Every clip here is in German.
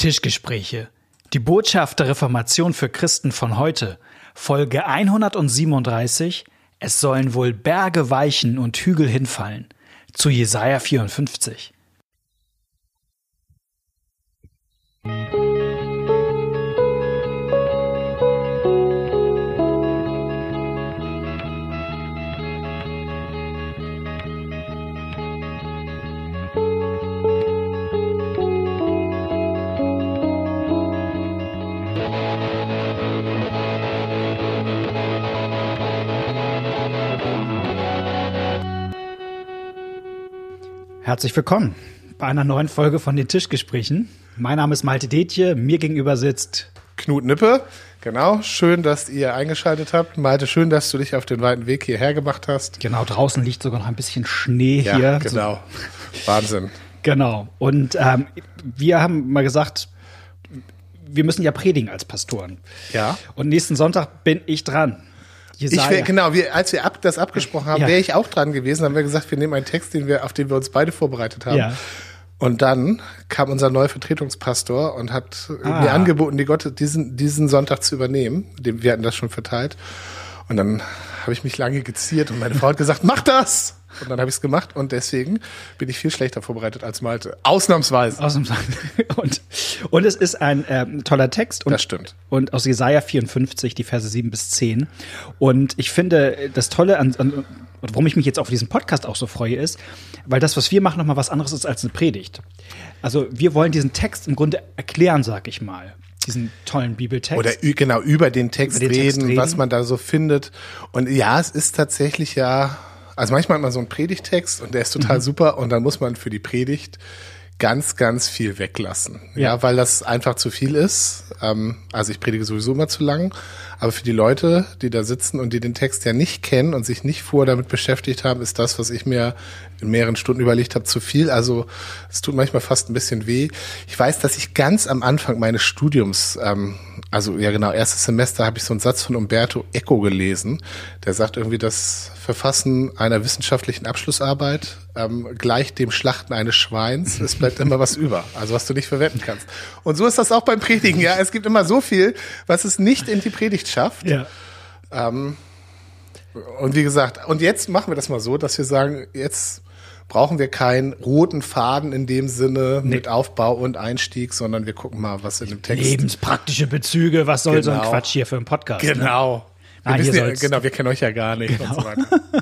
Tischgespräche. Die Botschaft der Reformation für Christen von heute. Folge 137. Es sollen wohl Berge weichen und Hügel hinfallen. Zu Jesaja 54. Herzlich willkommen bei einer neuen Folge von den Tischgesprächen. Mein Name ist Malte Detje, mir gegenüber sitzt Knut Nippe. Genau, schön, dass ihr eingeschaltet habt. Malte, schön, dass du dich auf den weiten Weg hierher gemacht hast. Genau, draußen liegt sogar noch ein bisschen Schnee hier. Ja, genau. So. Wahnsinn. Genau. Und wir haben mal gesagt, wir müssen ja predigen als Pastoren. Ja. Und nächsten Sonntag bin ich dran. Als wir das abgesprochen haben, wäre ich auch dran gewesen. Haben wir gesagt, wir nehmen einen Text, auf den wir uns beide vorbereitet haben. Ja. Und dann kam unser neuer Vertretungspastor und hat mir angeboten, diesen Sonntag zu übernehmen. Wir hatten das schon verteilt. Und dann habe ich mich lange geziert und meine Frau hat gesagt, mach das! Und dann habe ich es gemacht und deswegen bin ich viel schlechter vorbereitet als Malte. Ausnahmsweise. Und es ist ein toller Text. Das stimmt. Und aus Jesaja 54, die Verse 7 bis 10. Und ich finde, das Tolle und warum ich mich jetzt auf diesen Podcast auch so freue, ist, weil das, was wir machen, nochmal was anderes ist als eine Predigt. Also wir wollen diesen Text im Grunde erklären, sag ich mal. Diesen tollen Bibeltext. Oder genau, über den Text reden, was man da so findet. Und ja, es ist tatsächlich also manchmal hat man so einen Predigtext und der ist total super und dann muss man für die Predigt ganz, ganz viel weglassen. Ja, weil das einfach zu viel ist. Also ich predige sowieso immer zu lang, aber für die Leute, die da sitzen und die den Text ja nicht kennen und sich nicht vorher damit beschäftigt haben, ist das, was ich mir in mehreren Stunden überlegt habe, zu viel. Also es tut manchmal fast ein bisschen weh. Ich weiß, dass ich ganz am Anfang meines Studiums, erstes Semester, habe ich so einen Satz von Umberto Eco gelesen. Der sagt irgendwie, das Verfassen einer wissenschaftlichen Abschlussarbeit gleicht dem Schlachten eines Schweins. Es bleibt immer was über, also was du nicht verwenden kannst. Und so ist das auch beim Predigen. Ja, es gibt immer so viel, was es nicht in die Predigt schafft. Ja. Und wie gesagt, und jetzt machen wir das mal so, dass wir sagen, jetzt brauchen wir keinen roten Faden in dem Sinne mit Aufbau und Einstieg, sondern wir gucken mal, was in dem Text. Lebenspraktische Bezüge, was soll so ein Quatsch hier für einen Podcast? Genau. Ne? Wir kennen euch ja gar nicht und so weiter.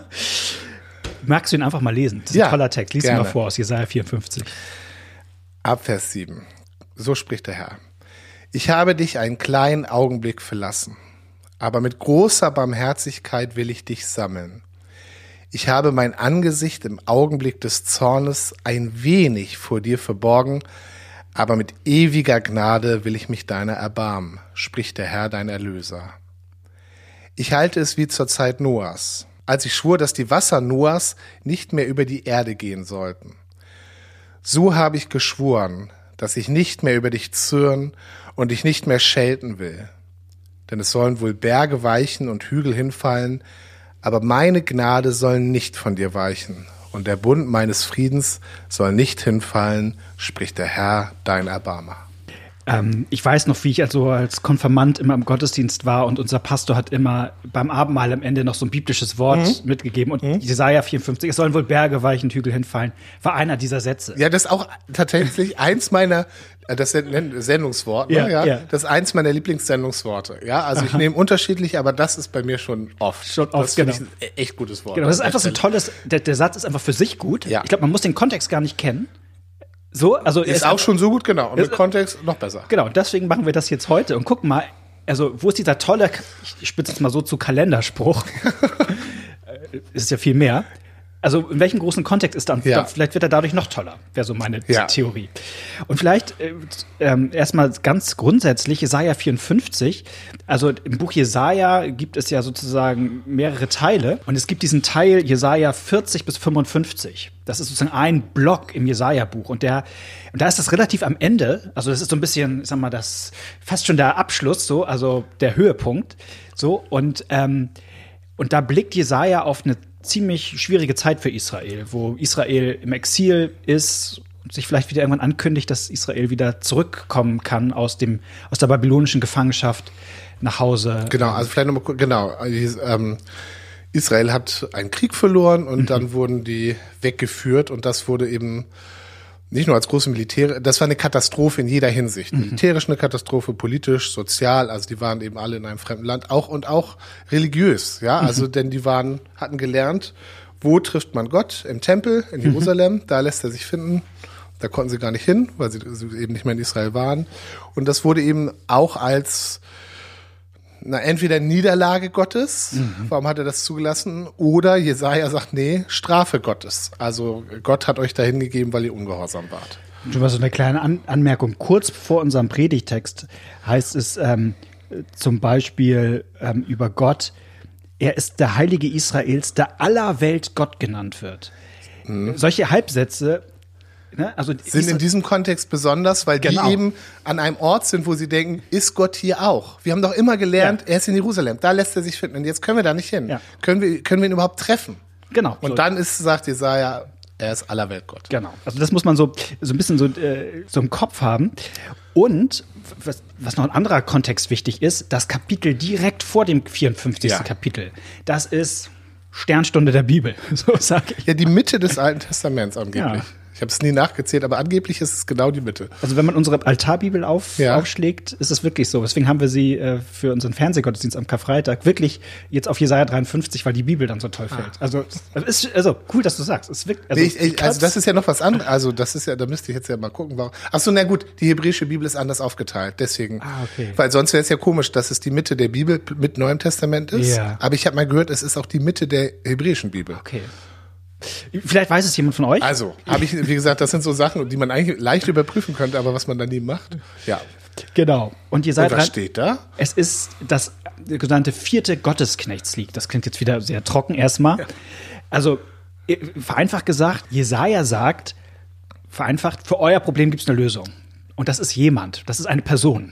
Magst du ihn einfach mal lesen? Das ist ein toller Text. Lies ihn mal vor aus Jesaja 54. Ab Vers 7. So spricht der Herr. Ich habe dich einen kleinen Augenblick verlassen, aber mit großer Barmherzigkeit will ich dich sammeln. Ich habe mein Angesicht im Augenblick des Zornes ein wenig vor dir verborgen, aber mit ewiger Gnade will ich mich deiner erbarmen, spricht der Herr, dein Erlöser. Ich halte es wie zur Zeit Noahs, als ich schwor, dass die Wasser Noahs nicht mehr über die Erde gehen sollten. So habe ich geschworen, dass ich nicht mehr über dich zürnen und dich nicht mehr schelten will. Denn es sollen wohl Berge weichen und Hügel hinfallen, aber meine Gnade soll nicht von dir weichen und der Bund meines Friedens soll nicht hinfallen, spricht der Herr, dein Erbarmer. Ich weiß noch, wie ich also als Konfirmand immer im Gottesdienst war und unser Pastor hat immer beim Abendmahl am Ende noch so ein biblisches Wort mitgegeben und Jesaja 54, es sollen wohl Berge weichen, Hügel hinfallen, war einer dieser Sätze. Ja, das ist auch tatsächlich eins meiner, das Sendungswort, das ist eins meiner Lieblingssendungsworte. Ja, also ich nehme unterschiedlich, aber das ist bei mir schon oft. Das finde ich ein echt gutes Wort. Genau, das ist einfach so ein tolles, der Satz ist einfach für sich gut. Ja. Ich glaube, man muss den Kontext gar nicht kennen. So, also ist auch schon so gut, genau. Und mit Kontext noch besser. Genau, deswegen machen wir das jetzt heute und gucken mal, also wo ist dieser tolle, ich spitze es mal so zu Kalenderspruch, ist ja viel mehr. Also in welchem großen Kontext ist dann, vielleicht wird er dadurch noch toller, wäre so meine Theorie. Und vielleicht erstmal ganz grundsätzlich Jesaja 54, also im Buch Jesaja gibt es ja sozusagen mehrere Teile und es gibt diesen Teil Jesaja 40 bis 55. Das ist sozusagen ein Block im Jesaja-Buch und da ist das relativ am Ende, also das ist so ein bisschen, ich sag mal, das fast schon der Abschluss, so, also der Höhepunkt, so und da blickt Jesaja auf eine ziemlich schwierige Zeit für Israel, wo Israel im Exil ist sich vielleicht wieder irgendwann ankündigt, dass Israel wieder zurückkommen kann aus der babylonischen Gefangenschaft nach Hause. Genau, also vielleicht nochmal, genau. Israel hat einen Krieg verloren und dann wurden die weggeführt und das wurde eben nicht nur als große das war eine Katastrophe in jeder Hinsicht. Militärisch eine Katastrophe, politisch, sozial, also die waren eben alle in einem fremden Land, auch religiös, ja, also denn die hatten gelernt, wo trifft man Gott? Im Tempel, in Jerusalem, da lässt er sich finden. Da konnten sie gar nicht hin, weil sie eben nicht mehr in Israel waren. Und das wurde eben auch als entweder Niederlage Gottes, warum hat er das zugelassen? Oder Jesaja sagt, nee, Strafe Gottes. Also Gott hat euch dahin gegeben, weil ihr ungehorsam wart. Du hast so eine kleine Anmerkung. Kurz vor unserem Predigtext heißt es zum Beispiel über Gott, er ist der Heilige Israels, der aller Welt Gott genannt wird. Solche Halbsätze, ne, also sind in diesem Kontext besonders, weil die eben an einem Ort sind, wo sie denken, ist Gott hier auch? Wir haben doch immer gelernt, er ist in Jerusalem, da lässt er sich finden und jetzt können wir da nicht hin. Ja. Können wir ihn überhaupt treffen? Genau. Und dann sagt Jesaja, er ist aller Welt Gott. Genau. Also das muss man so ein bisschen so im Kopf haben. Und was noch ein anderer Kontext wichtig ist, das Kapitel direkt vor dem 54. Kapitel, das ist Sternstunde der Bibel, so sage ich. Ja, die Mitte des Alten Testaments angeblich. Ja. Ich habe es nie nachgezählt, aber angeblich ist es genau die Mitte. Also wenn man unsere Altarbibel aufschlägt, ist es wirklich so. Deswegen haben wir sie für unseren Fernsehgottesdienst am Karfreitag wirklich jetzt auf Jesaja 53, weil die Bibel dann so toll fällt. Also cool, dass du sagst. Es wirkt, also das ist ja noch was anderes. Also das ist ja, da müsste ich jetzt ja mal gucken. Warum. Ach so, na gut, die hebräische Bibel ist anders aufgeteilt. Deswegen, okay. Weil sonst wäre es ja komisch, dass es die Mitte der Bibel mit Neuem Testament ist. Ja. Aber ich habe mal gehört, es ist auch die Mitte der hebräischen Bibel. Okay. Vielleicht weiß es jemand von euch. Also, habe ich, wie gesagt, das sind so Sachen, die man eigentlich leicht überprüfen könnte, aber was man dann nie macht. Ja. Genau. Und was steht da? Es ist das genannte 4. Gottesknechtslied. Das klingt jetzt wieder sehr trocken erstmal. Ja. Also, vereinfacht gesagt, Jesaja sagt, für euer Problem gibt es eine Lösung. Und das ist jemand, das ist eine Person.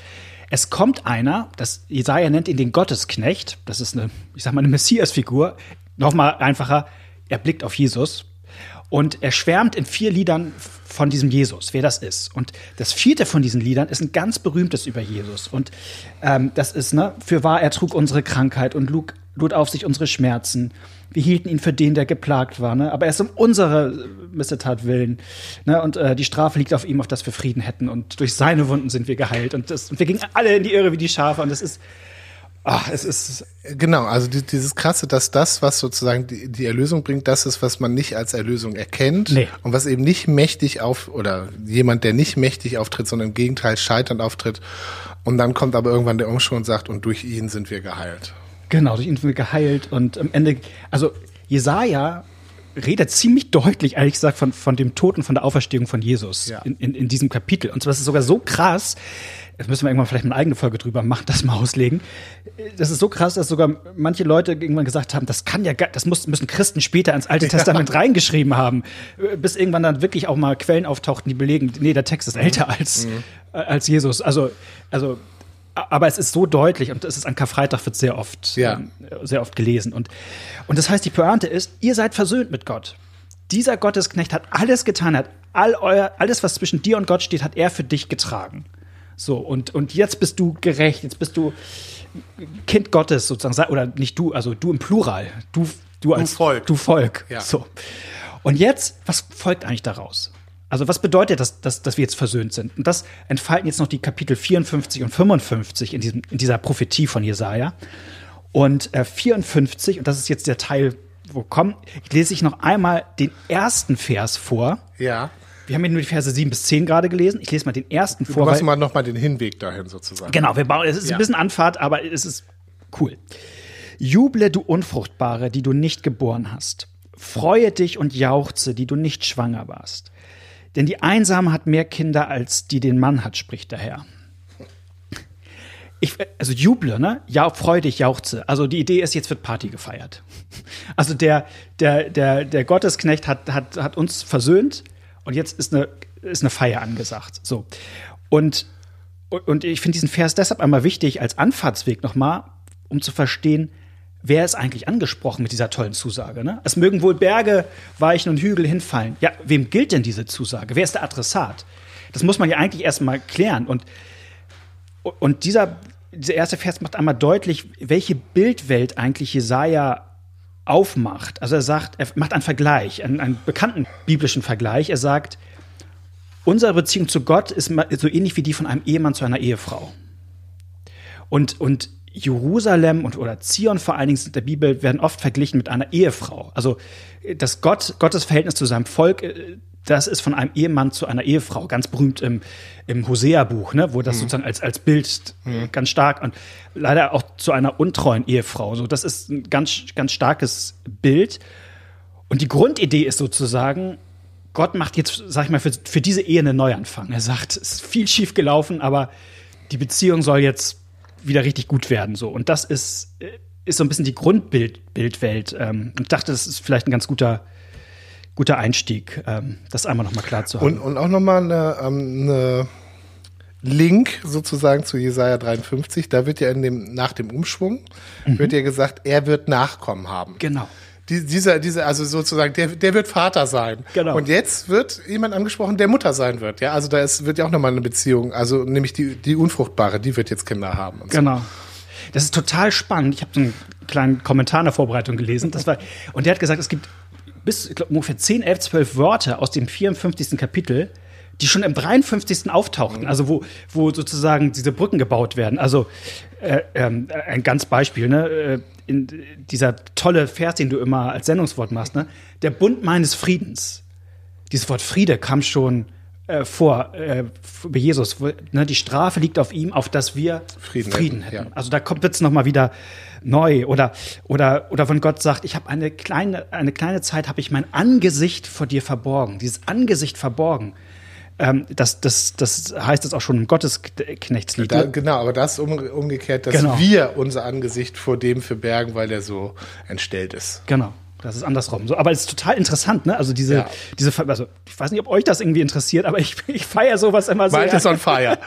Es kommt einer, Jesaja nennt ihn den Gottesknecht, das ist eine Messias-Figur, nochmal einfacher, er blickt auf Jesus und er schwärmt in 4 Liedern von diesem Jesus, wer das ist. Und das 4. von diesen Liedern ist ein ganz berühmtes über Jesus. Und das ist, fürwahr, er trug unsere Krankheit und lud auf sich unsere Schmerzen. Wir hielten ihn für den, der geplagt war, aber er ist um unsere Missetat willen. Und die Strafe liegt auf ihm, auf dass wir Frieden hätten. Und durch seine Wunden sind wir geheilt. Und wir gingen alle in die Irre wie die Schafe. Und es ist genau, also dieses Krasse, dass das, was sozusagen die Erlösung bringt, das ist, was man nicht als Erlösung erkennt. Nee. Und was eben nicht mächtig oder jemand, der nicht mächtig auftritt, sondern im Gegenteil scheiternd auftritt. Und dann kommt aber irgendwann der Umschwung und sagt, und durch ihn sind wir geheilt. Genau, durch ihn sind wir geheilt. Und am Ende, also Jesaja redet ziemlich deutlich, ehrlich gesagt, von dem Tod und von der Auferstehung von Jesus in diesem Kapitel. Und zwar ist es sogar so krass, jetzt müssen wir irgendwann vielleicht mal eine eigene Folge drüber machen, das mal auslegen. Das ist so krass, dass sogar manche Leute irgendwann gesagt haben, müssen Christen später ins Alte Testament reingeschrieben haben. Bis irgendwann dann wirklich auch mal Quellen auftauchten, die belegen, nee, der Text ist älter als Jesus. Also, aber es ist so deutlich und es ist an Karfreitag wird sehr oft gelesen. Und das heißt, die Pointe ist, ihr seid versöhnt mit Gott. Dieser Gottesknecht hat alles getan, hat alles, was zwischen dir und Gott steht, hat er für dich getragen. So, und jetzt bist du gerecht, jetzt bist du Kind Gottes sozusagen, oder nicht du, also du im Plural, du als Volk. Du Volk. Ja. So. Und jetzt, was folgt eigentlich daraus? Also was bedeutet das, dass wir jetzt versöhnt sind? Und das entfalten jetzt noch die Kapitel 54 und 55 in dieser Prophetie von Jesaja. Und 54, und das ist jetzt der Teil, lese ich noch einmal den ersten Vers vor. Ja. Wir haben ja nur die Verse 7 bis 10 gerade gelesen. Ich lese mal den ersten vor. Du machst mal noch mal den Hinweg dahin sozusagen. Genau, es ist ein bisschen Anfahrt, aber es ist cool. Juble, du Unfruchtbare, die du nicht geboren hast. Freue dich und jauchze, die du nicht schwanger warst. Denn die Einsame hat mehr Kinder, als die den Mann hat, spricht der Herr. Also juble, ne? Ja, freu dich, jauchze. Also die Idee ist, jetzt wird Party gefeiert. Also der Gottesknecht hat uns versöhnt und jetzt ist eine Feier angesagt. So. Und ich finde diesen Vers deshalb einmal wichtig als Anfahrtsweg nochmal, um zu verstehen, wer ist eigentlich angesprochen mit dieser tollen Zusage? Ne? Es mögen wohl Berge weichen und Hügel hinfallen. Ja, wem gilt denn diese Zusage? Wer ist der Adressat? Das muss man ja eigentlich erstmal klären. Und dieser erste Vers macht einmal deutlich, welche Bildwelt eigentlich Jesaja aufmacht. Also er macht einen Vergleich, einen bekannten biblischen Vergleich. Er sagt, unsere Beziehung zu Gott ist so ähnlich wie die von einem Ehemann zu einer Ehefrau. Und Jerusalem oder Zion vor allen Dingen in der Bibel werden oft verglichen mit einer Ehefrau. Also Gottes Verhältnis zu seinem Volk, das ist von einem Ehemann zu einer Ehefrau, ganz berühmt im Hosea-Buch, ne, wo das sozusagen als Bild ganz stark und leider auch zu einer untreuen Ehefrau. So, das ist ein ganz, ganz starkes Bild. Und die Grundidee ist sozusagen, Gott macht jetzt, sag ich mal, für diese Ehe einen Neuanfang. Er sagt, es ist viel schief gelaufen, aber die Beziehung soll jetzt wieder richtig gut werden. So. Und das ist so ein bisschen die Grundbildwelt. Und ich dachte, das ist vielleicht ein ganz guter Einstieg, das einmal noch mal klar zu haben. Und auch noch mal eine Link sozusagen zu Jesaja 53. Da wird ja nach dem Umschwung wird ja gesagt, er wird Nachkommen haben. Genau. Also sozusagen, der wird Vater sein. Genau. Und jetzt wird jemand angesprochen, der Mutter sein wird. Ja, also wird ja auch nochmal eine Beziehung. Also nämlich die Unfruchtbare, die wird jetzt Kinder haben. Und genau. So. Das ist total spannend. Ich habe so einen kleinen Kommentar in der Vorbereitung gelesen. Und der hat gesagt, es gibt bis ungefähr 10, 11, 12 Wörter aus dem 54. Kapitel, die schon im 53. auftauchten. Also wo sozusagen diese Brücken gebaut werden. Also ein ganz Beispiel, ne? In dieser tolle Vers, den du immer als Sendungswort machst, ne? Der Bund meines Friedens. Dieses Wort Friede kam schon vor bei Jesus. Ne? Die Strafe liegt auf ihm, auf dass wir Frieden hätten. Ja. Also da kommt jetzt noch mal wieder neu. Oder wenn Gott sagt, ich habe eine kleine Zeit, habe ich mein Angesicht vor dir verborgen. Dieses Angesicht verborgen. Das heißt es auch schon im Gottesknechtslied. Genau, aber das umgekehrt, dass wir unser Angesicht vor dem verbergen, weil der so entstellt ist. Genau, das ist andersrum. So, aber es ist total interessant, ne? Also diese, also ich weiß nicht, ob euch das irgendwie interessiert, aber ich feiere sowas immer sehr. Malte ist on fire.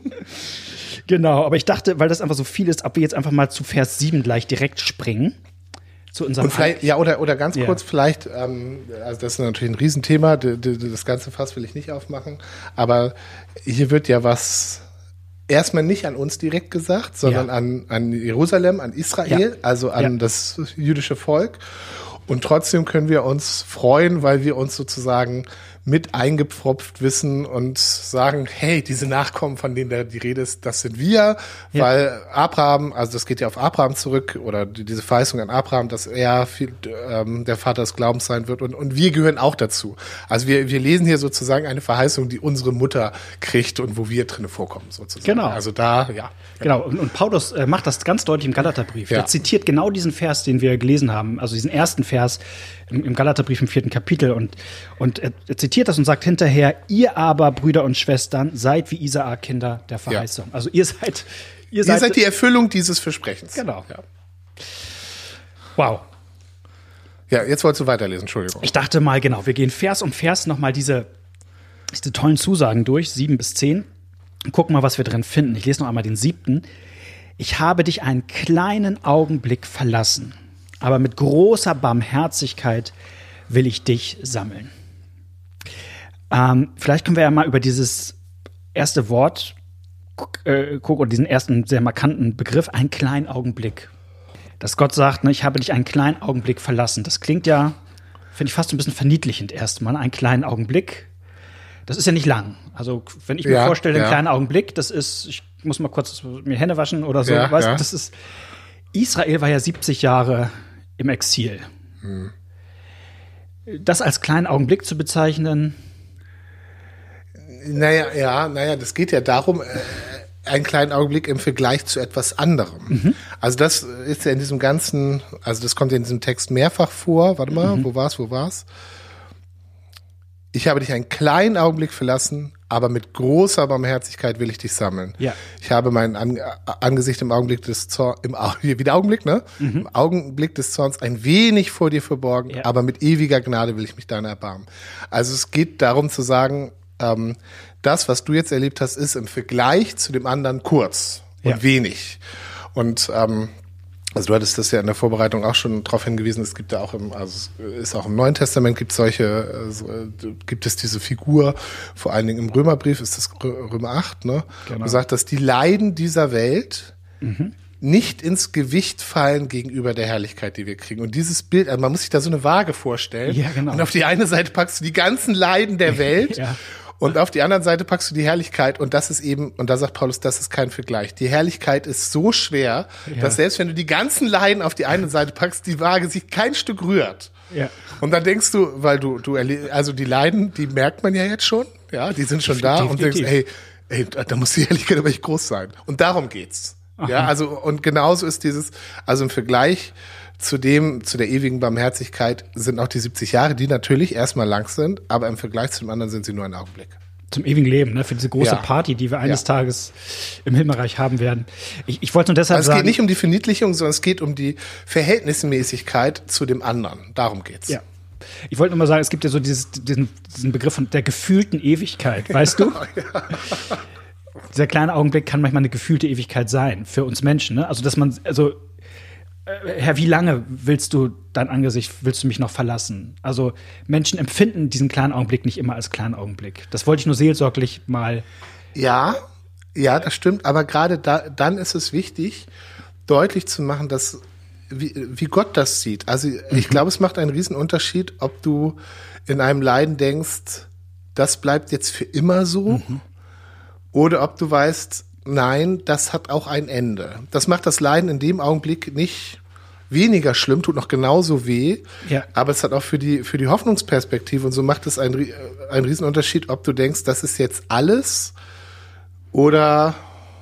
Genau, aber ich dachte, weil das einfach so viel ist, ob wir jetzt einfach mal zu Vers 7 gleich direkt springen. Zu unserem und vielleicht, oder ganz kurz vielleicht, also das ist natürlich ein Riesenthema, das ganze Fass will ich nicht aufmachen, aber hier wird ja was erstmal nicht an uns direkt gesagt, sondern an Jerusalem, an Israel, also an das jüdische Volk. Und trotzdem können wir uns freuen, weil wir uns sozusagen mit eingepfropft wissen und sagen, hey, diese Nachkommen, von denen die Rede ist, das sind wir, weil Abraham, also das geht ja auf Abraham zurück, oder diese Verheißung an Abraham, dass er der Vater des Glaubens sein wird, und wir gehören auch dazu. Also wir lesen hier sozusagen eine Verheißung, die unsere Mutter kriegt und wo wir drin vorkommen, sozusagen. Genau. Also da, ja. Genau, und Paulus macht das ganz deutlich im Galaterbrief. Er zitiert genau diesen Vers, den wir gelesen haben, also diesen ersten Vers im Galaterbrief im 4. Kapitel, und er zitiert das und sagt hinterher, ihr aber, Brüder und Schwestern, seid wie Isaak Kinder der Verheißung. Ja. Also ihr seid die Erfüllung dieses Versprechens. Genau. Ja. Wow. Ja, jetzt wolltest du weiterlesen, Entschuldigung. Ich dachte mal, genau, wir gehen Vers um Vers nochmal diese tollen Zusagen durch, 7 bis 10. Und gucken mal, was wir drin finden. Ich lese noch einmal den 7. Ich habe dich einen kleinen Augenblick verlassen, aber mit großer Barmherzigkeit will ich dich sammeln. Vielleicht können wir ja mal über dieses erste Wort gucken, oder diesen ersten sehr markanten Begriff, einen kleinen Augenblick. Dass Gott sagt, ne, ich habe dich einen kleinen Augenblick verlassen. Das klingt ja, finde ich, fast ein bisschen verniedlichend erstmal. Einen kleinen Augenblick. Das ist ja nicht lang. Also wenn ich mir vorstelle, einen kleinen Augenblick, das ist, ich muss mal kurz mir Hände waschen oder so. Das ist, Israel war ja 70 Jahre im Exil. Das als kleinen Augenblick zu bezeichnen. Naja, das geht ja darum, einen kleinen Augenblick im Vergleich zu etwas anderem. Also das ist ja in diesem ganzen, also das kommt ja in diesem Text mehrfach vor. Warte mal, wo war's? Ich habe dich einen kleinen Augenblick verlassen, aber mit großer Barmherzigkeit will ich dich sammeln. Ja. Ich habe mein Angesicht im Augenblick des Zorns, im Augenblick des Zorns ein wenig vor dir verborgen, aber mit ewiger Gnade will ich mich deiner erbarmen. Also es geht darum zu sagen, das, was du jetzt erlebt hast, ist im Vergleich zu dem anderen kurz und wenig. Und Also du hattest das ja in der Vorbereitung auch schon darauf hingewiesen, es gibt ja auch ist auch im Neuen Testament gibt es diese Figur, vor allen Dingen im Römerbrief ist das Römer 8, ne? Genau. Und sagt, dass die Leiden dieser Welt nicht ins Gewicht fallen gegenüber der Herrlichkeit, die wir kriegen. Und dieses Bild, also man muss sich da so eine Waage vorstellen. Ja, genau. Und auf die eine Seite packst du die ganzen Leiden der Welt. Ja. Und auf die andere Seite packst du die Herrlichkeit und das ist eben, und da sagt Paulus, das ist kein Vergleich. Die Herrlichkeit ist so schwer, dass selbst wenn du die ganzen Leiden auf die eine Seite packst, die Waage sich kein Stück rührt. Ja. Und dann denkst du, weil also die Leiden, die merkt man ja jetzt schon, ja, die sind schon da und denkst, ey, da muss die Herrlichkeit aber echt groß sein. Und darum geht's. Aha. Ja, also, und genauso ist also im Vergleich zu der ewigen Barmherzigkeit sind auch die 70 Jahre, die natürlich erstmal lang sind, aber im Vergleich zu dem anderen sind sie nur ein Augenblick. Zum ewigen Leben, ne? Für diese große Party, die wir eines Tages im Himmelreich haben werden. Ich wollte nur deshalb sagen. Es geht nicht um die Verniedlichung, sondern es geht um die Verhältnismäßigkeit zu dem anderen. Darum geht's. Ja. Ich wollte nur mal sagen, es gibt ja so diesen Begriff von der gefühlten Ewigkeit, weißt du? Ja. Dieser kleine Augenblick kann manchmal eine gefühlte Ewigkeit sein für uns Menschen, ne? Also, Herr, wie lange willst du mich noch verlassen? Also Menschen empfinden diesen kleinen Augenblick nicht immer als kleinen Augenblick. Das wollte ich nur seelsorglich mal. Ja, das stimmt. Aber gerade dann ist es wichtig, deutlich zu machen, dass wie Gott das sieht. Also ich glaube, es macht einen riesen Unterschied, ob du in einem Leiden denkst, das bleibt jetzt für immer so, oder ob du weißt, nein, das hat auch ein Ende. Das macht das Leiden in dem Augenblick nicht weniger schlimm, tut noch genauso weh, aber es hat auch für die Hoffnungsperspektive und so macht es einen Riesenunterschied, ob du denkst, das ist jetzt alles oder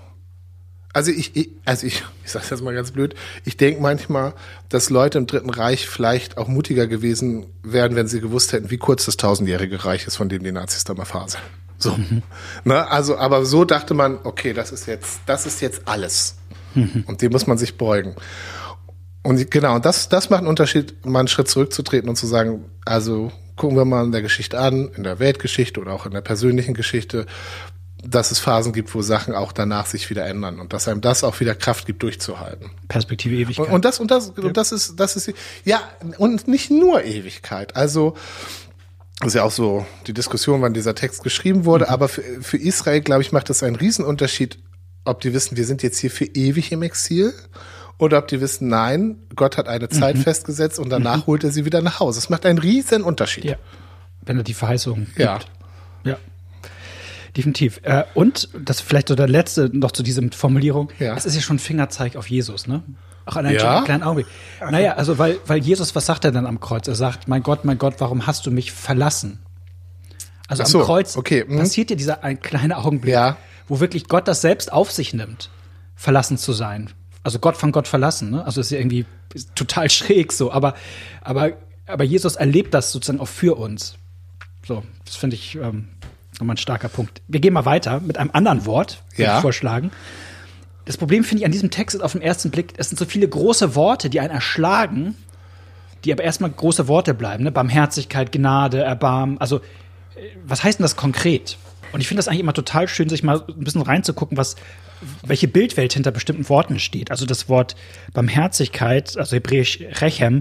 ich sage jetzt mal ganz blöd, ich denke manchmal, dass Leute im Dritten Reich vielleicht auch mutiger gewesen wären, wenn sie gewusst hätten, wie kurz das 1000-jährige Reich ist, von dem die Nazis da mal faseln. So. Ne, also, aber so dachte man, okay, das ist jetzt alles. Und dem muss man sich beugen. Und genau, das macht einen Unterschied, mal einen Schritt zurückzutreten und zu sagen, also gucken wir mal in der Geschichte an, in der Weltgeschichte oder auch in der persönlichen Geschichte, dass es Phasen gibt, wo Sachen auch danach sich wieder ändern und dass einem das auch wieder Kraft gibt, durchzuhalten. Perspektive Ewigkeit. Und das ist, ja, und nicht nur Ewigkeit. Also, das ist ja auch so die Diskussion, wann dieser Text geschrieben wurde, aber für Israel, glaube ich, macht das einen Riesenunterschied, ob die wissen, wir sind jetzt hier für ewig im Exil oder ob die wissen, nein, Gott hat eine Zeit festgesetzt und danach holt er sie wieder nach Hause. Das macht einen Riesenunterschied. Ja, wenn er die Verheißung gibt. Ja. Definitiv. Und das vielleicht so der letzte noch zu dieser Formulierung. Ja. Es ist ja schon ein Fingerzeig auf Jesus, ne? Auch an einem kleinen Augenblick. Naja, also weil Jesus, was sagt er dann am Kreuz? Er sagt, mein Gott, warum hast du mich verlassen? Also am Kreuz passiert ja dieser ein kleiner Augenblick, wo wirklich Gott das selbst auf sich nimmt, verlassen zu sein. Also Gott von Gott verlassen, ne? Also ist ja irgendwie total schräg so, aber Jesus erlebt das sozusagen auch für uns. So, das finde ich nochmal ein starker Punkt. Wir gehen mal weiter mit einem anderen Wort, würde ich vorschlagen. Das Problem finde ich an diesem Text ist auf den ersten Blick, es sind so viele große Worte, die einen erschlagen, die aber erstmal große Worte bleiben, ne? Barmherzigkeit, Gnade, Erbarmen. Also, was heißt denn das konkret? Und ich finde das eigentlich immer total schön, sich mal ein bisschen reinzugucken, welche Bildwelt hinter bestimmten Worten steht. Also das Wort Barmherzigkeit, also hebräisch Rechem,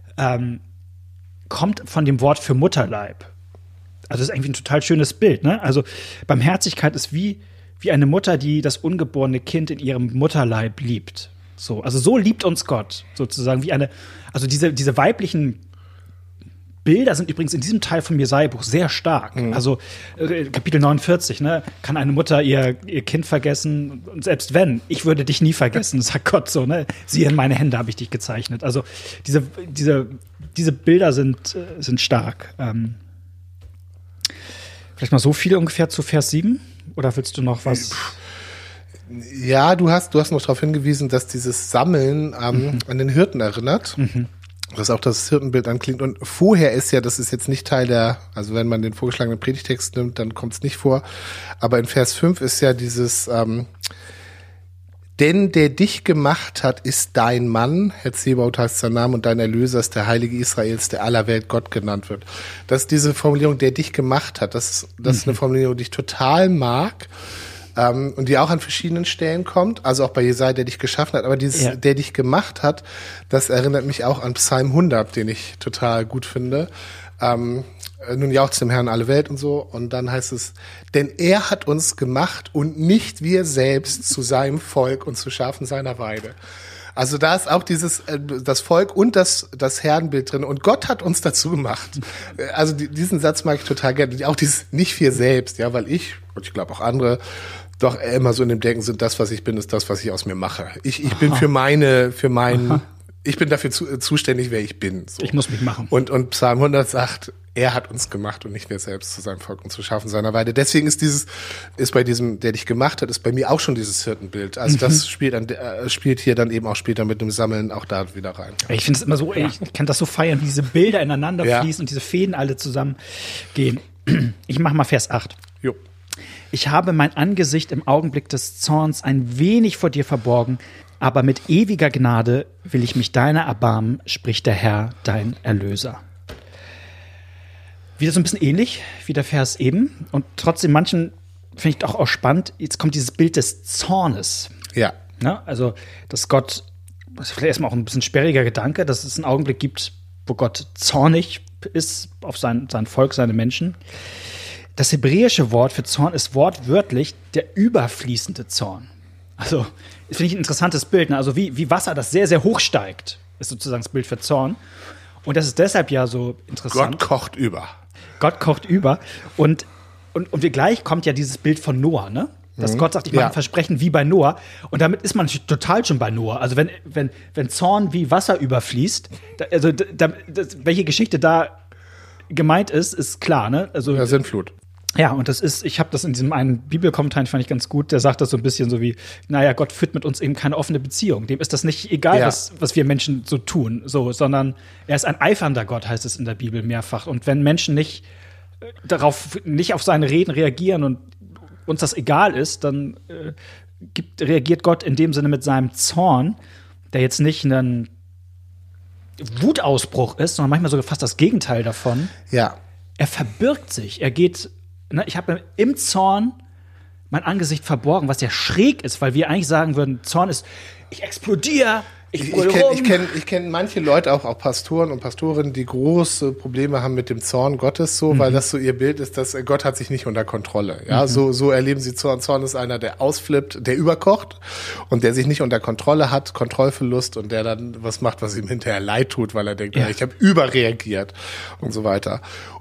kommt von dem Wort für Mutterleib. Also das ist eigentlich ein total schönes Bild, ne? Also Barmherzigkeit ist wie eine Mutter, die das ungeborene Kind in ihrem Mutterleib liebt. So, also so liebt uns Gott, sozusagen also diese weiblichen Bilder sind übrigens in diesem Teil vom Jesaja-Buch sehr stark. Also Kapitel 49, ne, kann eine Mutter ihr Kind vergessen? Und selbst wenn, ich würde dich nie vergessen, sagt Gott so, ne? Siehe, in meine Hände habe ich dich gezeichnet. Also diese Bilder sind stark. Vielleicht mal so viel ungefähr zu Vers 7? Oder willst du noch was? Ja, du hast noch darauf hingewiesen, dass dieses Sammeln an den Hirten erinnert. Dass auch das Hirtenbild anklingt. Und vorher ist ja, das ist jetzt nicht Teil also wenn man den vorgeschlagenen Predigtext nimmt, dann kommt es nicht vor. Aber in Vers 5 ist ja dieses, denn der dich gemacht hat, ist dein Mann, Herr Zebaoth heißt sein Name, und dein Erlöser ist der Heilige Israels, der aller Welt Gott genannt wird. Dass diese Formulierung, der dich gemacht hat, das ist eine Formulierung, die ich total mag, und die auch an verschiedenen Stellen kommt, also auch bei Jesaja, der dich geschaffen hat, aber dieses, der dich gemacht hat, das erinnert mich auch an Psalm 100, den ich total gut finde. Nun jauchzt dem Herrn alle Welt und so. Und dann heißt es, denn er hat uns gemacht und nicht wir selbst zu seinem Volk und zu Schafen seiner Weide. Also da ist auch dieses, das Volk und das Herrenbild drin. Und Gott hat uns dazu gemacht. Also diesen Satz mag ich total gerne. Auch dieses nicht wir selbst, ja, weil ich, und ich glaube auch andere, doch immer so in dem Denken sind, das, was ich bin, ist das, was ich aus mir mache. Ich bin ich bin dafür zuständig, wer ich bin. So. Ich muss mich machen. Und Psalm 100 sagt, er hat uns gemacht und nicht wir selbst zu seinem Volk und zu Schafen seiner Weide. Deswegen ist bei diesem, der dich gemacht hat, ist bei mir auch schon dieses Hirtenbild. Also das spielt hier dann eben auch später mit dem Sammeln auch da wieder rein. Ich finde es immer so, ich kann das so feiern, wie diese Bilder ineinander fließen und diese Fäden alle zusammengehen. Ich mach mal Vers 8. Jo. Ich habe mein Angesicht im Augenblick des Zorns ein wenig vor dir verborgen, aber mit ewiger Gnade will ich mich deiner erbarmen, spricht der Herr, dein Erlöser. Wieder so ein bisschen ähnlich wie der Vers eben. Und trotzdem manchen finde ich auch spannend. Jetzt kommt dieses Bild des Zornes. Ja. Also, dass Gott, das ist vielleicht erstmal auch ein bisschen sperriger Gedanke, dass es einen Augenblick gibt, wo Gott zornig ist auf sein Volk, seine Menschen. Das hebräische Wort für Zorn ist wortwörtlich der überfließende Zorn. Also, das finde ich ein interessantes Bild. Also, wie Wasser, das sehr, sehr hoch steigt, ist sozusagen das Bild für Zorn. Und das ist deshalb ja so interessant. Gott kocht über. Gott kocht über. Und gleich kommt ja dieses Bild von Noah, ne? Dass Gott sagt, ich mache ein Versprechen wie bei Noah. Und damit ist man total schon bei Noah. Also wenn Zorn wie Wasser überfließt, welche Geschichte da gemeint ist klar, ne? Also, ja, Sintflut. Ja, und ich habe das in diesem einen Bibelkommentar, fand ich ganz gut, der sagt das so ein bisschen so wie, naja, Gott führt mit uns eben keine offene Beziehung. Dem ist das nicht egal, was wir Menschen so tun, sondern er ist ein eifernder Gott, heißt es in der Bibel mehrfach. Und wenn Menschen nicht auf seine Reden reagieren und uns das egal ist, dann reagiert Gott in dem Sinne mit seinem Zorn, der jetzt nicht ein Wutausbruch ist, sondern manchmal sogar fast das Gegenteil davon. Ja. Er verbirgt sich, er geht. Ich habe im Zorn mein Angesicht verborgen, was ja schräg ist, weil wir eigentlich sagen würden, Zorn ist, ich explodiere, ich kenn manche Leute, auch Pastoren und Pastorinnen, die große Probleme haben mit dem Zorn Gottes, weil das so ihr Bild ist, dass Gott hat sich nicht unter Kontrolle. Ja, so erleben sie Zorn. Zorn ist einer, der ausflippt, der überkocht und der sich nicht unter Kontrolle hat, Kontrollverlust und der dann was macht, was ihm hinterher leid tut, weil er denkt, ich habe überreagiert und so weiter.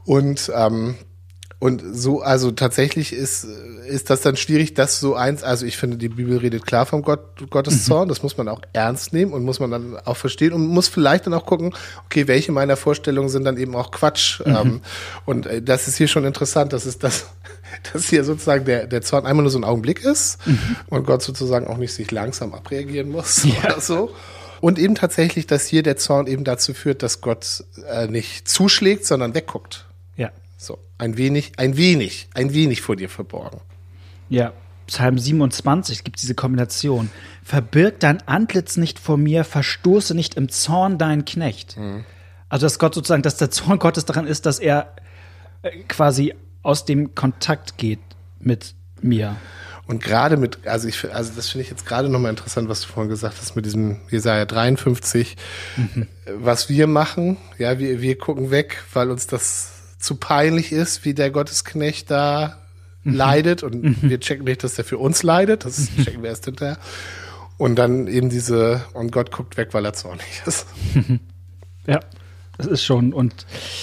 Und so, also tatsächlich ist das dann schwierig, das so also ich finde, die Bibel redet klar vom Gottes Zorn, das muss man auch ernst nehmen und muss man dann auch verstehen und muss vielleicht dann auch gucken, okay, welche meiner Vorstellungen sind dann eben auch Quatsch. Und das ist hier schon interessant, dass hier sozusagen der Zorn einmal nur so ein Augenblick ist und Gott sozusagen auch nicht sich langsam abreagieren muss oder so. Und eben tatsächlich, dass hier der Zorn eben dazu führt, dass Gott nicht zuschlägt, sondern wegguckt. Ja. So, ein wenig vor dir verborgen. Ja, Psalm 27 gibt diese Kombination. Verbirg dein Antlitz nicht vor mir, verstoße nicht im Zorn deinen Knecht. Also, dass Gott sozusagen, dass der Zorn Gottes daran ist, dass er quasi aus dem Kontakt geht mit mir. Und gerade das finde ich jetzt gerade nochmal interessant, was du vorhin gesagt hast, mit diesem Jesaja 53, was wir machen, ja, wir gucken weg, weil uns das zu peinlich ist, wie der Gottesknecht da leidet und wir checken nicht, dass der für uns leidet, das checken wir erst hinterher. Und dann eben und Gott guckt weg, weil er zornig ist. Ja, das ist schon, und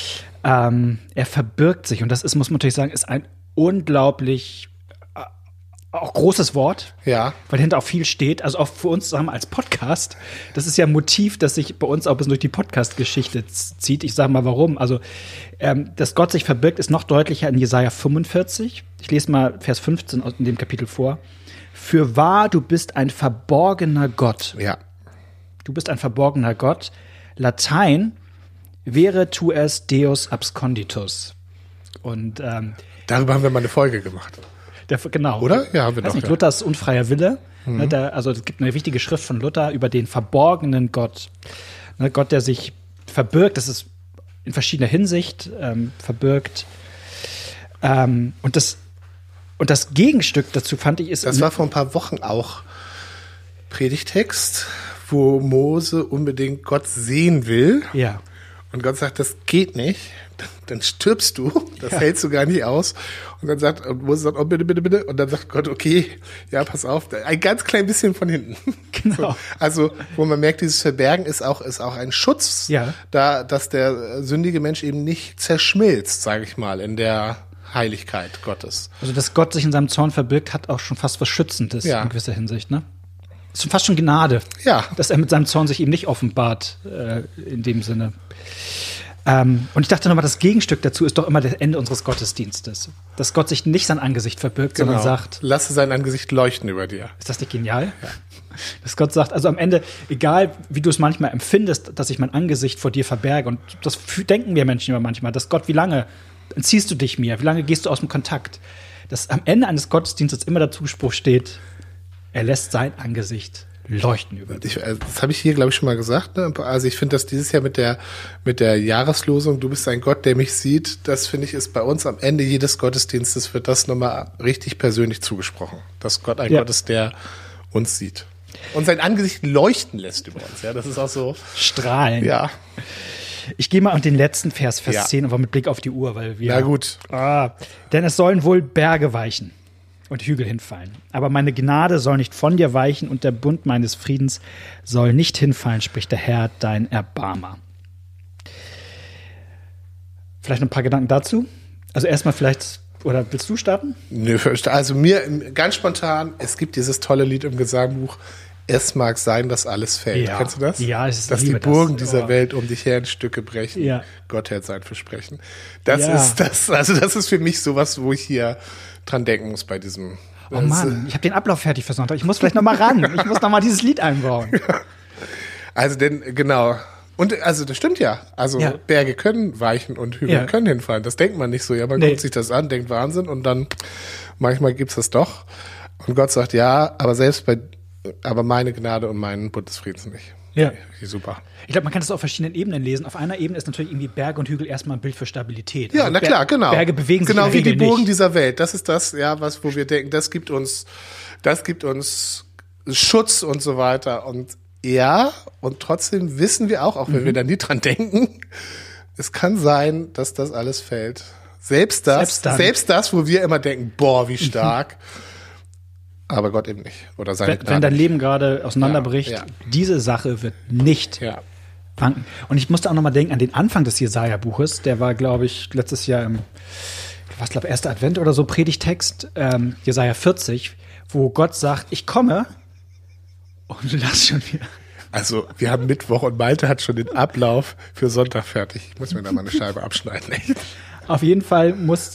er verbirgt sich, und das ist, muss man natürlich sagen, ist ein unglaublich auch großes Wort, ja, weil dahinter auch viel steht. Also auch für uns, sagen wir, als Podcast, das ist ja ein Motiv, das sich bei uns auch bis durch die Podcast-Geschichte zieht. Ich sage mal, warum. Also, dass Gott sich verbirgt, ist noch deutlicher in Jesaja 45. Ich lese mal Vers 15 in dem Kapitel vor. Fürwahr, du bist ein verborgener Gott. Ja. Du bist ein verborgener Gott. Latein wäre tu es Deus absconditus. Und darüber haben wir mal eine Folge gemacht. Genau. Oder? Ja, haben wir doch. Nicht, Luthers unfreier Wille. Also es gibt eine wichtige Schrift von Luther über den verborgenen Gott. Gott, der sich verbirgt, das ist in verschiedener Hinsicht verbirgt. Und das Und das Gegenstück dazu fand ich ist. Das war vor ein paar Wochen auch Predigtext, wo Mose unbedingt Gott sehen will. Ja. Und Gott sagt, das geht nicht. Dann stirbst du. Das hältst du gar nicht aus. Und dann sagt, und Mose sagt, oh, bitte, bitte, bitte. Und dann sagt Gott, okay, ja, pass auf. Ein ganz klein bisschen von hinten. Genau. So, also, wo man merkt, dieses Verbergen ist auch ein Schutz, da, dass der sündige Mensch eben nicht zerschmilzt, sage ich mal, in der Heiligkeit Gottes. Also, dass Gott sich in seinem Zorn verbirgt, hat auch schon fast was Schützendes in gewisser Hinsicht, ne? Ist fast schon Gnade, dass er mit seinem Zorn sich eben nicht offenbart, in dem Sinne. Und ich dachte nochmal, das Gegenstück dazu ist doch immer das Ende unseres Gottesdienstes. Dass Gott sich nicht sein Angesicht verbirgt, sondern sagt, lasse sein Angesicht leuchten über dir. Ist das nicht genial? Ja. Dass Gott sagt, also am Ende, egal wie du es manchmal empfindest, dass ich mein Angesicht vor dir verberge, und das denken wir Menschen immer manchmal, dass Gott, wie lange entziehst du dich mir, wie lange gehst du aus dem Kontakt? Dass am Ende eines Gottesdienstes immer der Zuspruch steht, er lässt sein Angesicht leuchten über dich. Das habe ich hier, glaube ich, schon mal gesagt. Ne? Also ich finde, dass dieses Jahr mit der Jahreslosung, du bist ein Gott, der mich sieht, das finde ich, ist bei uns am Ende jedes Gottesdienstes, wird das nochmal richtig persönlich zugesprochen. Dass Gott ein Gott ist, der uns sieht. Und sein Angesicht leuchten lässt über uns. Ja, das ist auch so. Strahlen. Ja. Ich gehe mal an den letzten Vers 10, aber mit Blick auf die Uhr, weil wir. Na gut. Denn es sollen wohl Berge weichen und Hügel hinfallen. Aber meine Gnade soll nicht von dir weichen und der Bund meines Friedens soll nicht hinfallen, spricht der Herr, dein Erbarmer. Vielleicht noch ein paar Gedanken dazu? Also erstmal vielleicht, oder willst du starten? Nö, also mir ganz spontan, es gibt dieses tolle Lied im Gesangbuch, es mag sein, dass alles fällt. Ja. Kennst du das? Ja, es ist dass die Burgen dieser Welt um dich her in Stücke brechen. Ja. Gott hält sein Versprechen. Das ist für mich sowas, wo ich hier dran denken muss bei diesem. Oh Mann, ich habe den Ablauf fertig für Sonntag. Ich muss vielleicht noch mal ran. Ich muss noch mal dieses Lied einbauen. Also genau. Und also das stimmt ja. Also Berge können weichen und Hügel können hinfallen. Das denkt man nicht so. Ja, man guckt sich das an, denkt Wahnsinn und dann manchmal gibt's das doch. Und Gott sagt ja, aber meine Gnade und meinen Bund des Friedens nicht. Ja. Super. Ich glaube, man kann das auf verschiedenen Ebenen lesen. Auf einer Ebene ist natürlich irgendwie Berge und Hügel erstmal ein Bild für Stabilität. Ja, also na klar, genau. Berge bewegen sich genau wie die Burgen nicht. dieser Welt. Das ist das, wo wir denken, das gibt uns Schutz und so weiter. Und und trotzdem wissen wir auch wenn wir da nie dran denken, es kann sein, dass das alles fällt. Selbst das, wo wir immer denken, boah, wie stark. Aber Gott eben nicht. Oder wenn dein Leben gerade auseinanderbricht, diese Sache wird nicht wanken. Und ich musste auch noch mal denken an den Anfang des Jesaja-Buches. Der war, glaube ich, letztes Jahr erster Advent oder so, Predigtext, Jesaja 40, wo Gott sagt, ich komme und lass schon wieder. Also, wir haben Mittwoch und Malte hat schon den Ablauf für Sonntag fertig. Ich muss mir da mal eine Scheibe abschneiden, echt. Auf jeden Fall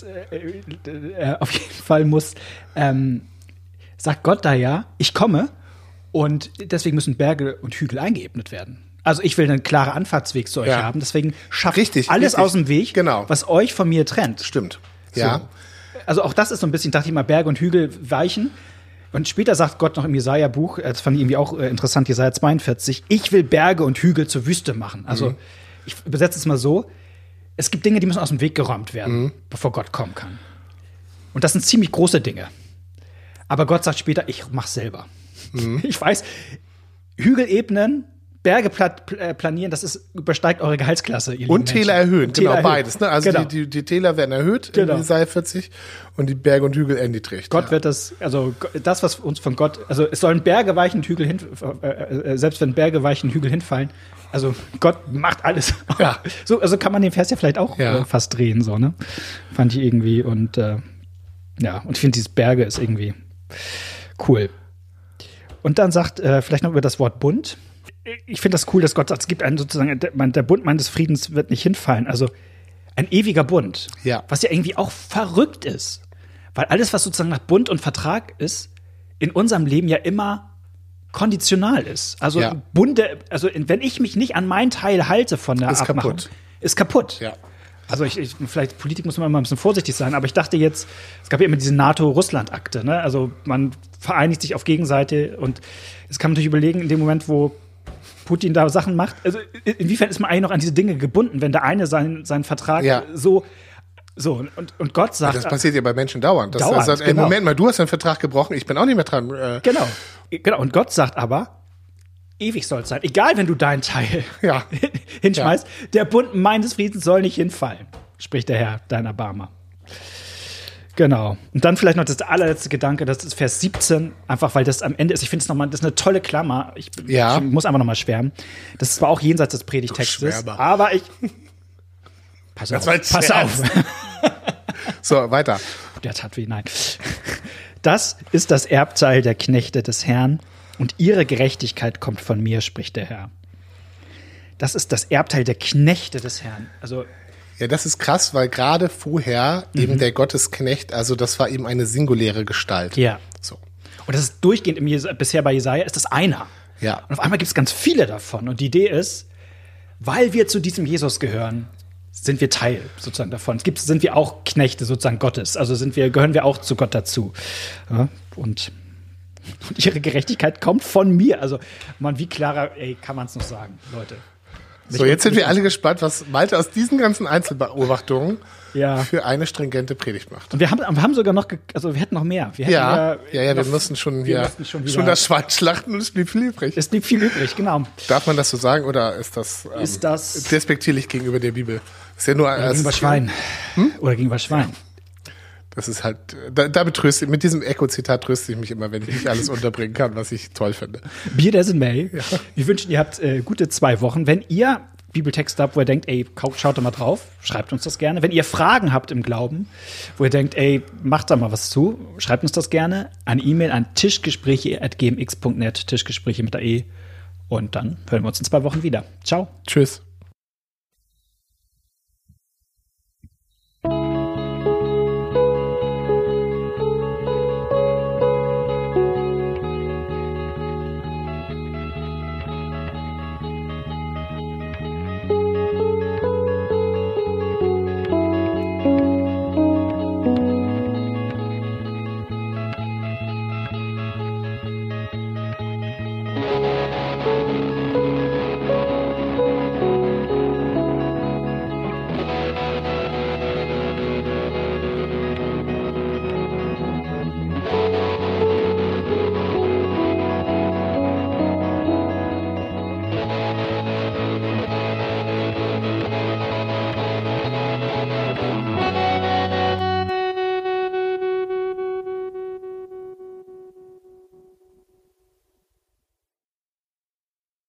sagt Gott da ich komme und deswegen müssen Berge und Hügel eingeebnet werden. Also ich will einen klaren Anfahrtsweg zu euch haben, deswegen schafft alles aus dem Weg, was euch von mir trennt. Stimmt. So. Ja. Also auch das ist so ein bisschen, dachte ich mal, Berge und Hügel weichen. Und später sagt Gott noch im Jesaja-Buch, das fand ich irgendwie auch interessant, Jesaja 42, ich will Berge und Hügel zur Wüste machen. Also ich übersetze es mal so, es gibt Dinge, die müssen aus dem Weg geräumt werden, bevor Gott kommen kann. Und das sind ziemlich große Dinge. Aber Gott sagt später, ich mach's selber. Ich weiß, Hügel ebnen, Berge planieren, das übersteigt eure Gehaltsklasse. Ihr und Täler erhöhen, beides. Ne? Also die Täler werden erhöht in Jesaja 40 und die Berge und Hügel erniedrigt. Gott wird das, was uns von Gott, also es sollen Berge weichen, Hügel selbst wenn Berge weichen, Hügel hinfallen. Also Gott macht alles. Ja. So, also kann man den Vers ja vielleicht auch fast drehen, so, ne? Fand ich irgendwie und und ich finde dieses Berge ist irgendwie cool. Und dann sagt vielleicht noch über das Wort Bund. Ich finde das cool, dass Gott sagt, es gibt einen sozusagen, der Bund meines Friedens wird nicht hinfallen. Also ein ewiger Bund. Ja. Was ja irgendwie auch verrückt ist. Weil alles, was sozusagen nach Bund und Vertrag ist, in unserem Leben ja immer konditional ist. Also Bunde, wenn ich mich nicht an meinen Teil halte von der Abmachung, ist kaputt. Ja. Also vielleicht Politik muss man immer ein bisschen vorsichtig sein, aber ich dachte jetzt, es gab ja immer diese NATO-Russland-Akte, ne? Also man vereinigt sich auf Gegenseite und jetzt kann man natürlich überlegen, in dem Moment, wo Putin da Sachen macht, also inwiefern ist man eigentlich noch an diese Dinge gebunden, wenn der eine seinen Vertrag so So, und Gott sagt. Das passiert ja bei Menschen dauernd. Dauernd, sagt, ey, genau. Moment mal, du hast einen Vertrag gebrochen, ich bin auch nicht mehr dran. Genau. Und Gott sagt aber, ewig soll es sein. Egal, wenn du deinen Teil Ja. hinschmeißt, der Bund meines Friedens soll nicht hinfallen, spricht der Herr, dein Erbarmer. Genau. Und dann vielleicht noch das allerletzte Gedanke, das ist Vers 17, einfach weil das am Ende ist. Ich finde es nochmal, das ist eine tolle Klammer. Ich muss einfach nochmal schwärmen. Das ist zwar auch jenseits des Predigtextes, aber Pass auf. So, weiter. Der tat weh, nein. Das ist das Erbteil der Knechte des Herrn und ihre Gerechtigkeit kommt von mir, spricht der Herr. Das ist das Erbteil der Knechte des Herrn. Also Ja, das ist krass, weil gerade vorher eben der Gottesknecht, also das war eben eine singuläre Gestalt. Ja. So. Und das ist durchgehend bisher bei Jesaja ist das einer. Ja. Und auf einmal gibt es ganz viele davon. Und die Idee ist, weil wir zu diesem Jesus gehören, sind wir Teil sozusagen davon. Sind wir auch Knechte sozusagen Gottes. Also gehören wir auch zu Gott dazu. Ja, und ihre Gerechtigkeit kommt von mir. Also, man, wie klarer, kann man es noch sagen, Leute. So, jetzt sind wir alle gespannt, was Malte aus diesen ganzen Einzelbeobachtungen für eine stringente Predigt macht. Und wir haben sogar noch, wir hätten noch mehr. Wir mussten schon das Schwein schlachten und es blieb viel übrig. Es blieb viel übrig, genau. Darf man das so sagen oder ist das despektierlich gegenüber der Bibel? Ist ja nur gegenüber Schwein. Oder gegenüber Schwein. Das ist halt, mit diesem Echo-Zitat tröste ich mich immer, wenn ich nicht alles unterbringen kann, was ich toll finde. Be it as it may. Ja. Wir wünschen, ihr habt gute 2 Wochen. Wenn ihr Bibeltexte habt, wo ihr denkt, schaut da mal drauf, schreibt uns das gerne. Wenn ihr Fragen habt im Glauben, wo ihr denkt, macht da mal was zu, schreibt uns das gerne. Eine E-Mail an tischgespräche@gmx.net, Tischgespräche mit der E. Und dann hören wir uns in 2 Wochen wieder. Ciao. Tschüss.